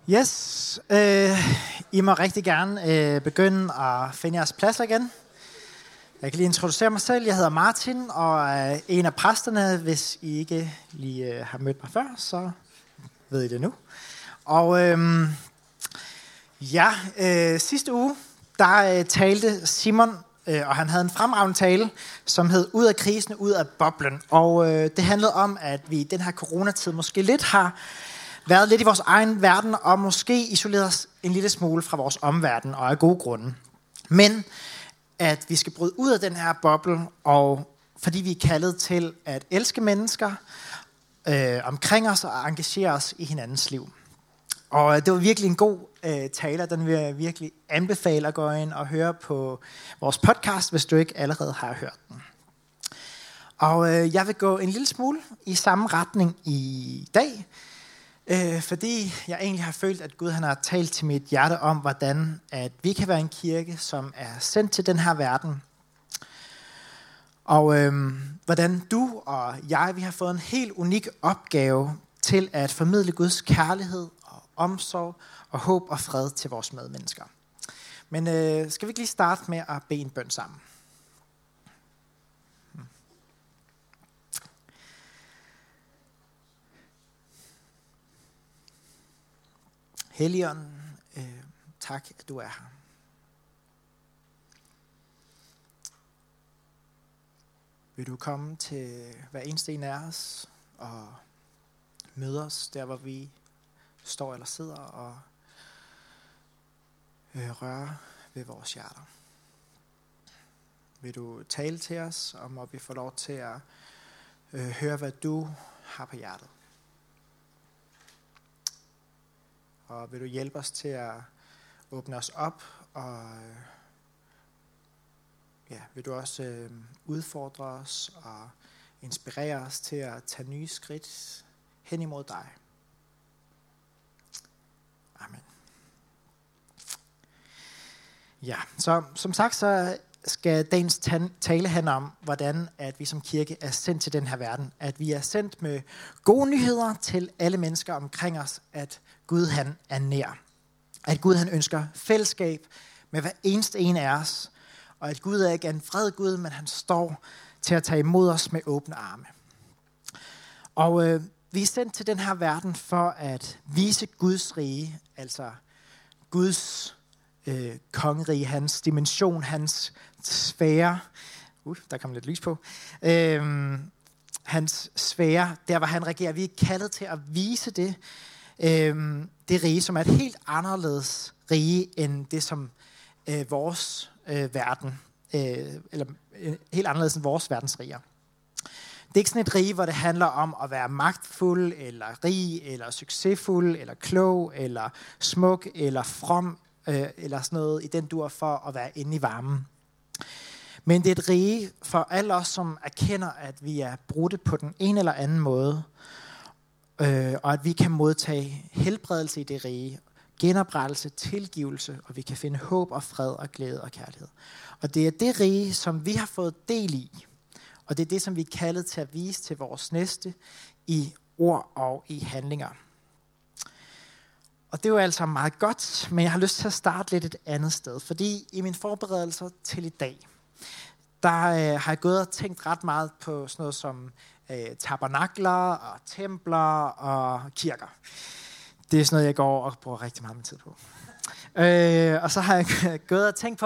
Yes, I må rigtig gerne begynde at finde jeres pladser igen. Jeg kan lige introducere mig selv. Jeg hedder Martin og er en af præsterne. Hvis I ikke lige har mødt mig før, så ved I det nu. Og sidste uge, der talte Simon, og han havde en fremragende tale, som hed Ud af krisen, ud af boblen. Og det handlede om, at vi i den her coronatid måske lidt har været lidt i vores egen verden, og måske isoleret os en lille smule fra vores omverden, og af gode grunde. Men at vi skal bryde ud af den her boble, og fordi vi er kaldet til at elske mennesker omkring os, og engagere os i hinandens liv. Og det var virkelig en god tale, den vil jeg virkelig anbefale at gå ind og høre på vores podcast, hvis du ikke allerede har hørt den. Og jeg vil gå en lille smule i samme retning i dag, fordi jeg egentlig har følt, at Gud han har talt til mit hjerte om, hvordan at vi kan være en kirke, som er sendt til den her verden. Og hvordan du og jeg, vi har fået en helt unik opgave til at formidle Guds kærlighed og omsorg og håb og fred til vores medmennesker. Men skal vi ikke lige starte med at bede en bøn sammen? Helligånd, tak, at du er her. Vil du komme til hver eneste en af os og møde os der, hvor vi står eller sidder og rører ved vores hjerter. Vil du tale til os, og må vi få lov til at høre, hvad du har på hjertet. Og vil du hjælpe os til at åbne os op, og vil du også udfordre os og inspirere os til at tage nye skridt hen imod dig. Amen. Ja, så som sagt, så skal dagens tale handle om, hvordan at vi som kirke er sendt til den her verden. At vi er sendt med gode nyheder til alle mennesker omkring os, at Gud han er nær. At Gud han ønsker fællesskab med hver eneste en af os. Og at Gud er ikke en vred Gud, men han står til at tage imod os med åbne arme. Og vi er sendt til den her verden for at vise Guds rige, altså Guds kongerige, hans dimension, hans sfære. Der kom lidt lys på. Hans sfære, der hvor han regerer. Vi er kaldet til at vise det. Det rige, som er et helt anderledes rige end det, som vores verden, eller helt anderledes end vores verdensriger. Det er ikke sådan et rige, hvor det handler om at være magtfuld, eller rig, eller succesfuld, eller klog, eller smuk, eller from, eller sådan noget i den dur for at være inde i varmen. Men det er et rige for alle os, som erkender, at vi er brudte på den ene eller anden måde, og at vi kan modtage helbredelse i det rige, genoprettelse, tilgivelse, og vi kan finde håb og fred og glæde og kærlighed. Og det er det rige, som vi har fået del i, og det er det, som vi er kaldet til at vise til vores næste i ord og i handlinger. Og det er jo altså meget godt, men jeg har lyst til at starte lidt et andet sted, fordi i mine forberedelser til i dag, der har jeg gået og tænkt ret meget på sådan noget som tabernakler og templer og kirker. Det er sådan noget, jeg går og bruger rigtig meget tid på. Og så har jeg gået og tænkt på,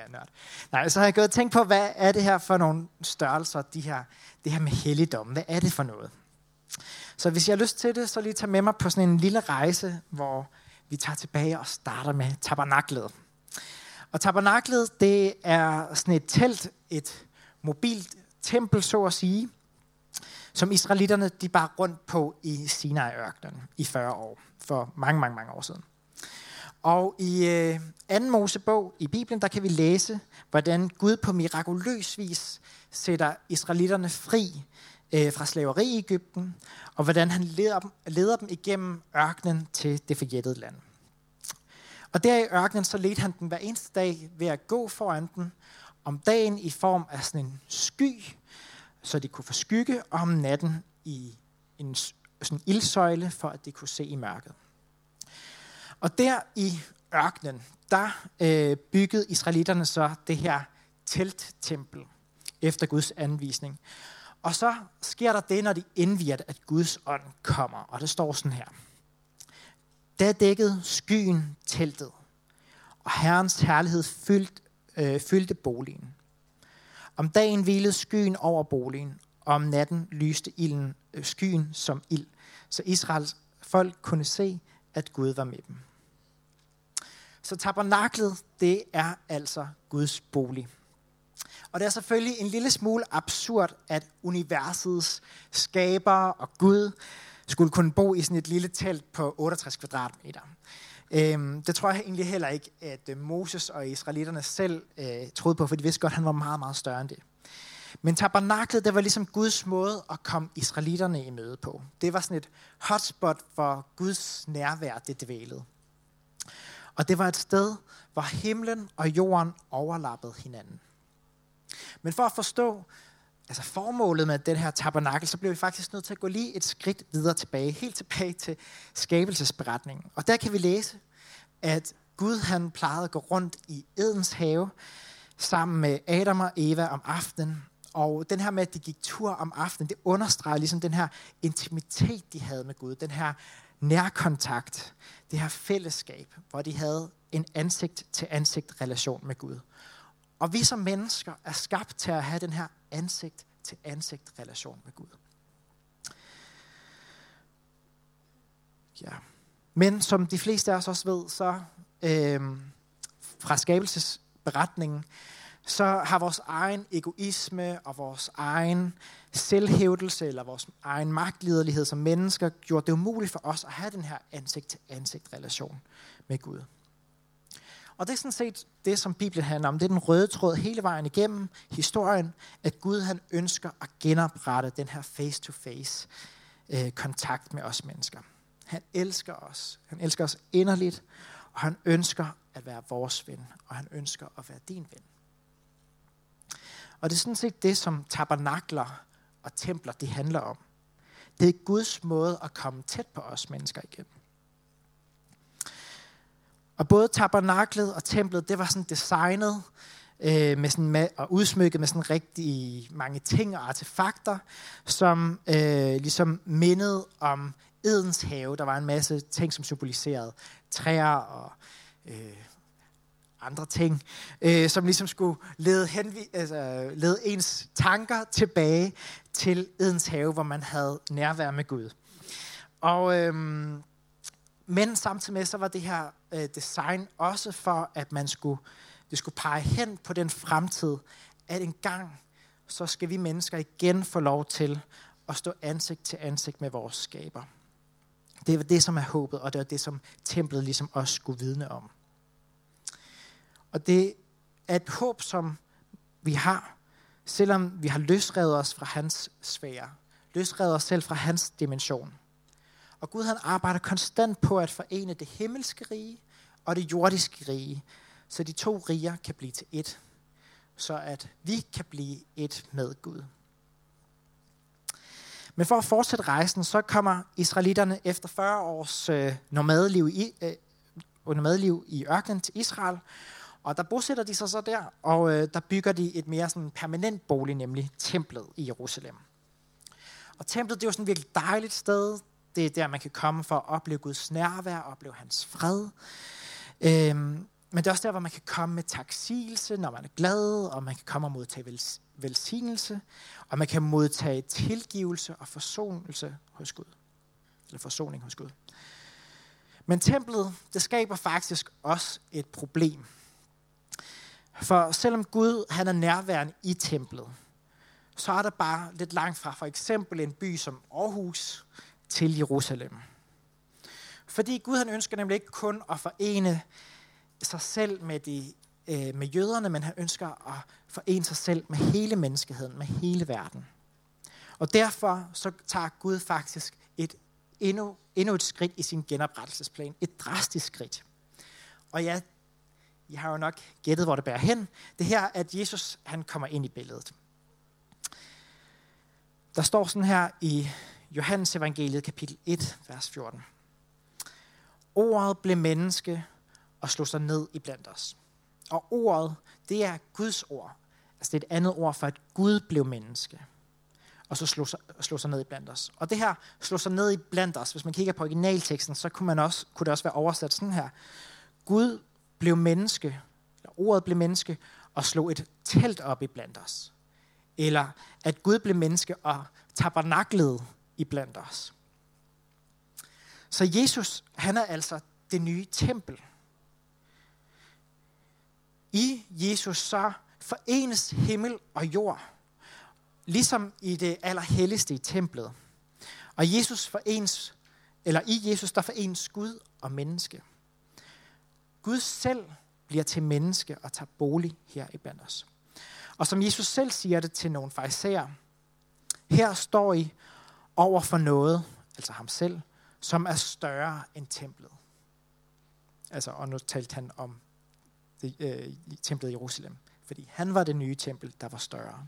hvad er det her for nogle størrelser, det her med helligdom. Hvad er det for noget? Så hvis jeg har lyst til det, så lige tage med mig på sådan en lille rejse, hvor vi tager tilbage og starter med tabernaklet. Og tabernaklet, det er sådan et telt, et mobilt tempel, så at sige, som israelitterne de bar rundt på i Sinai-ørkenen i 40 år, for mange, mange, mange år siden. Og i 2. Mosebog i Bibelen, der kan vi læse, hvordan Gud på mirakuløs vis sætter israelitterne fri fra slaveri i Egypten, og hvordan han leder dem igennem ørkenen til det forjættede land. Og der i ørkenen, så ledte han dem hver eneste dag ved at gå foran den, om dagen i form af sådan en sky, så de kunne få skygge, og om natten i en sådan ildsøjle, for at de kunne se i mørket. Og der i ørkenen, der byggede israelitterne så det her telttempel efter Guds anvisning. Og så sker der det, når de indvier det, at Guds ånd kommer. Og det står sådan her. Da dækkede skyen teltet, og Herrens herlighed fyldte boligen. Om dagen hvilede skyen over boligen, og om natten lyste skyen som ild, så Israels folk kunne se, at Gud var med dem. Så tabernaklet, det er altså Guds bolig. Og det er selvfølgelig en lille smule absurd, at universets skaber og Gud skulle kunne bo i sådan et lille telt på 68 kvadratmeter. Det tror jeg egentlig heller ikke, at Moses og israelitterne selv troede på, for de vidste godt, at han var meget, meget større end det. Men tabernaklet, det var ligesom Guds måde at komme israelitterne i møde på. Det var sådan et hotspot for Guds nærvær, det dvælede. Og det var et sted, hvor himlen og jorden overlappede hinanden. Men for at forstå formålet med den her tabernakel, så blev vi faktisk nødt til at gå lige et skridt videre tilbage, helt tilbage til skabelsesberetningen. Og der kan vi læse, at Gud han plejede at gå rundt i Edens have sammen med Adam og Eva om aftenen. Og den her med, at de gik tur om aftenen, det understreger ligesom den her intimitet, de havde med Gud. Den her nærkontakt, det her fællesskab, hvor de havde en ansigt-til-ansigt relation med Gud. Og vi som mennesker er skabt til at have den her ansigt-til-ansigt relation med Gud. Ja. Men som de fleste af os også ved, så fra skabelsesberetningen, så har vores egen egoisme og vores egen selvhævdelse eller vores egen magtliderlighed som mennesker gjort det umuligt for os at have den her ansigt-til-ansigt relation med Gud. Og det er sådan set det, som Bibelen handler om. Det er den røde tråd hele vejen igennem historien, at Gud han ønsker at genoprette den her face-to-face kontakt med os mennesker. Han elsker os. Han elsker os inderligt, og han ønsker at være vores ven, og han ønsker at være din ven. Og det er sådan set det, som tabernakler og templer, det handler om. Det er Guds måde at komme tæt på os mennesker igennem. Og både tabernaklet og templet, det var sådan designet med sådan og udsmykket med sådan rigtig mange ting og artefakter, som ligesom mindede om Edens have. Der var en masse ting, som symboliserede træer og andre ting, som ligesom skulle lede ens tanker tilbage til Edens have, hvor man havde nærvær med Gud. Og men samtidig med, så var det her design også for, at det skulle pege hen på den fremtid, at en gang, så skal vi mennesker igen få lov til at stå ansigt til ansigt med vores skaber. Det var det, som er håbet, og det var det, som templet ligesom også skulle vidne om. Og det er et håb, som vi har, selvom vi har løsrevet os fra hans sfære, løsrevet os selv fra hans dimension. Og Gud han arbejder konstant på at forene det himmelske rige og det jordiske rige, så de to riger kan blive til ét, så at vi kan blive ét med Gud. Men for at fortsætte rejsen, så kommer israelitterne efter 40 års nomadeliv i ørkenen til Israel, og der bosætter de sig så der, og der bygger de et mere sådan permanent bolig, nemlig templet i Jerusalem. Og templet, det er jo sådan et virkelig dejligt sted. Det er der, man kan komme for at opleve Guds nærvær, opleve hans fred. Men det er også der, hvor man kan komme med taksigelse, når man er glad, og man kan komme og modtage velsignelse, og man kan modtage tilgivelse og forsonelse hos Gud. Eller forsoning hos Gud. Men templet, det skaber faktisk også et problem. For selvom Gud han er nærværende i templet, så er der bare lidt langt fra for eksempel en by som Aarhus til Jerusalem. Fordi Gud han ønsker nemlig ikke kun at forene sig selv med jøderne, men han ønsker at forene sig selv med hele menneskeheden, med hele verden. Og derfor så tager Gud faktisk endnu et skridt i sin genoprettelsesplan. Et drastisk skridt. Og ja, I har jo nok gættet, hvor det bærer hen. Det her, at Jesus han kommer ind i billedet. Der står sådan her i Johannes evangeliet, kapitel 1, vers 14. ordet blev menneske og slog sig ned iblandt os. Og ordet, det er Guds ord. Altså det er et andet ord for, at Gud blev menneske. Og så slog sig ned iblandt os. Og det her slog sig ned iblandt os, hvis man kigger på originalteksten, så kunne det også være oversat sådan her. Gud blev menneske, eller ordet blev menneske, og slog et telt op iblandt os. Eller at Gud blev menneske og tabernaklede iblandt os. Så Jesus, han er altså det nye tempel. I Jesus så forenes himmel og jord, ligesom i det allerhelligste i templet. Og i Jesus der forenes Gud og menneske. Gud selv bliver til menneske og tager bolig her iblandt os. Og som Jesus selv siger det til nogle farisæer, her står I over for noget, altså ham selv, som er større end templet. Altså, og nu talte han om templet i Jerusalem, fordi han var det nye tempel, der var større.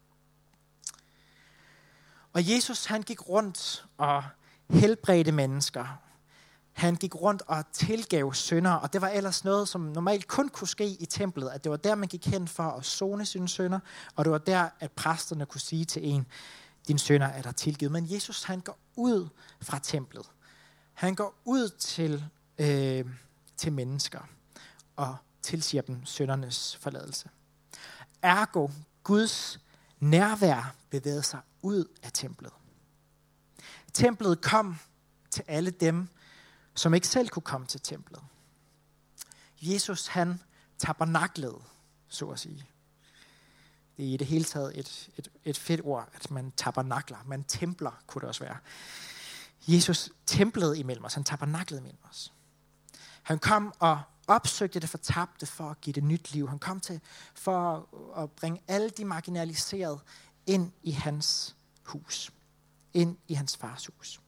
Og Jesus, han gik rundt og helbredte mennesker. Han gik rundt og tilgav synder, og det var ellers noget, som normalt kun kunne ske i templet, at det var der, man gik hen for at sone sine synder, og det var der, at præsterne kunne sige til en, din synder er der tilgivet. Men Jesus, han går ud fra templet. Han går ud til mennesker og tilsiger dem syndernes forladelse. Ergo, Guds nærvær bevægede sig ud af templet. Templet kom til alle dem, som ikke selv kunne komme til templet. Jesus, han tabernaklede, så at sige. Det er i det hele taget et fedt ord, at man tabernakler. Man templer, kunne det også være. Jesus templede imellem os. Han tabernaklede imellem os. Han kom og opsøgte det fortabte for at give det nyt liv. Han kom til for at bringe alle de marginaliserede ind i hans hus. Ind i hans fars hus.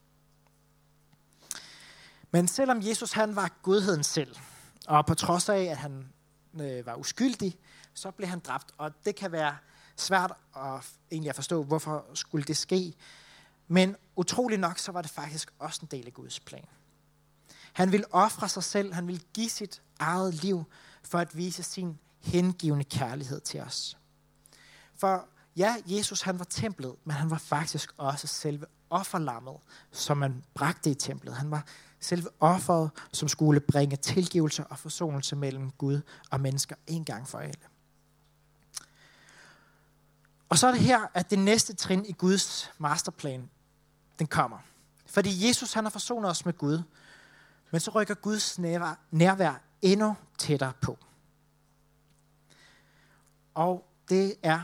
Men selvom Jesus han var godheden selv, og på trods af, at han var uskyldig, så blev han dræbt. Og det kan være svært at forstå, hvorfor skulle det ske. Men utrolig nok, så var det faktisk også en del af Guds plan. Han ville ofre sig selv, han ville give sit eget liv, for at vise sin hengivende kærlighed til os. For ja, Jesus han var templet, men han var faktisk også selve offerlammet, som man bragte i templet. Han var selve offeret, som skulle bringe tilgivelse og forsonelse mellem Gud og mennesker en gang for alle. Og så er det her, at det næste trin i Guds masterplan, den kommer. Fordi Jesus han har forsonet os med Gud, men så rykker Guds nærvær endnu tættere på. Og det er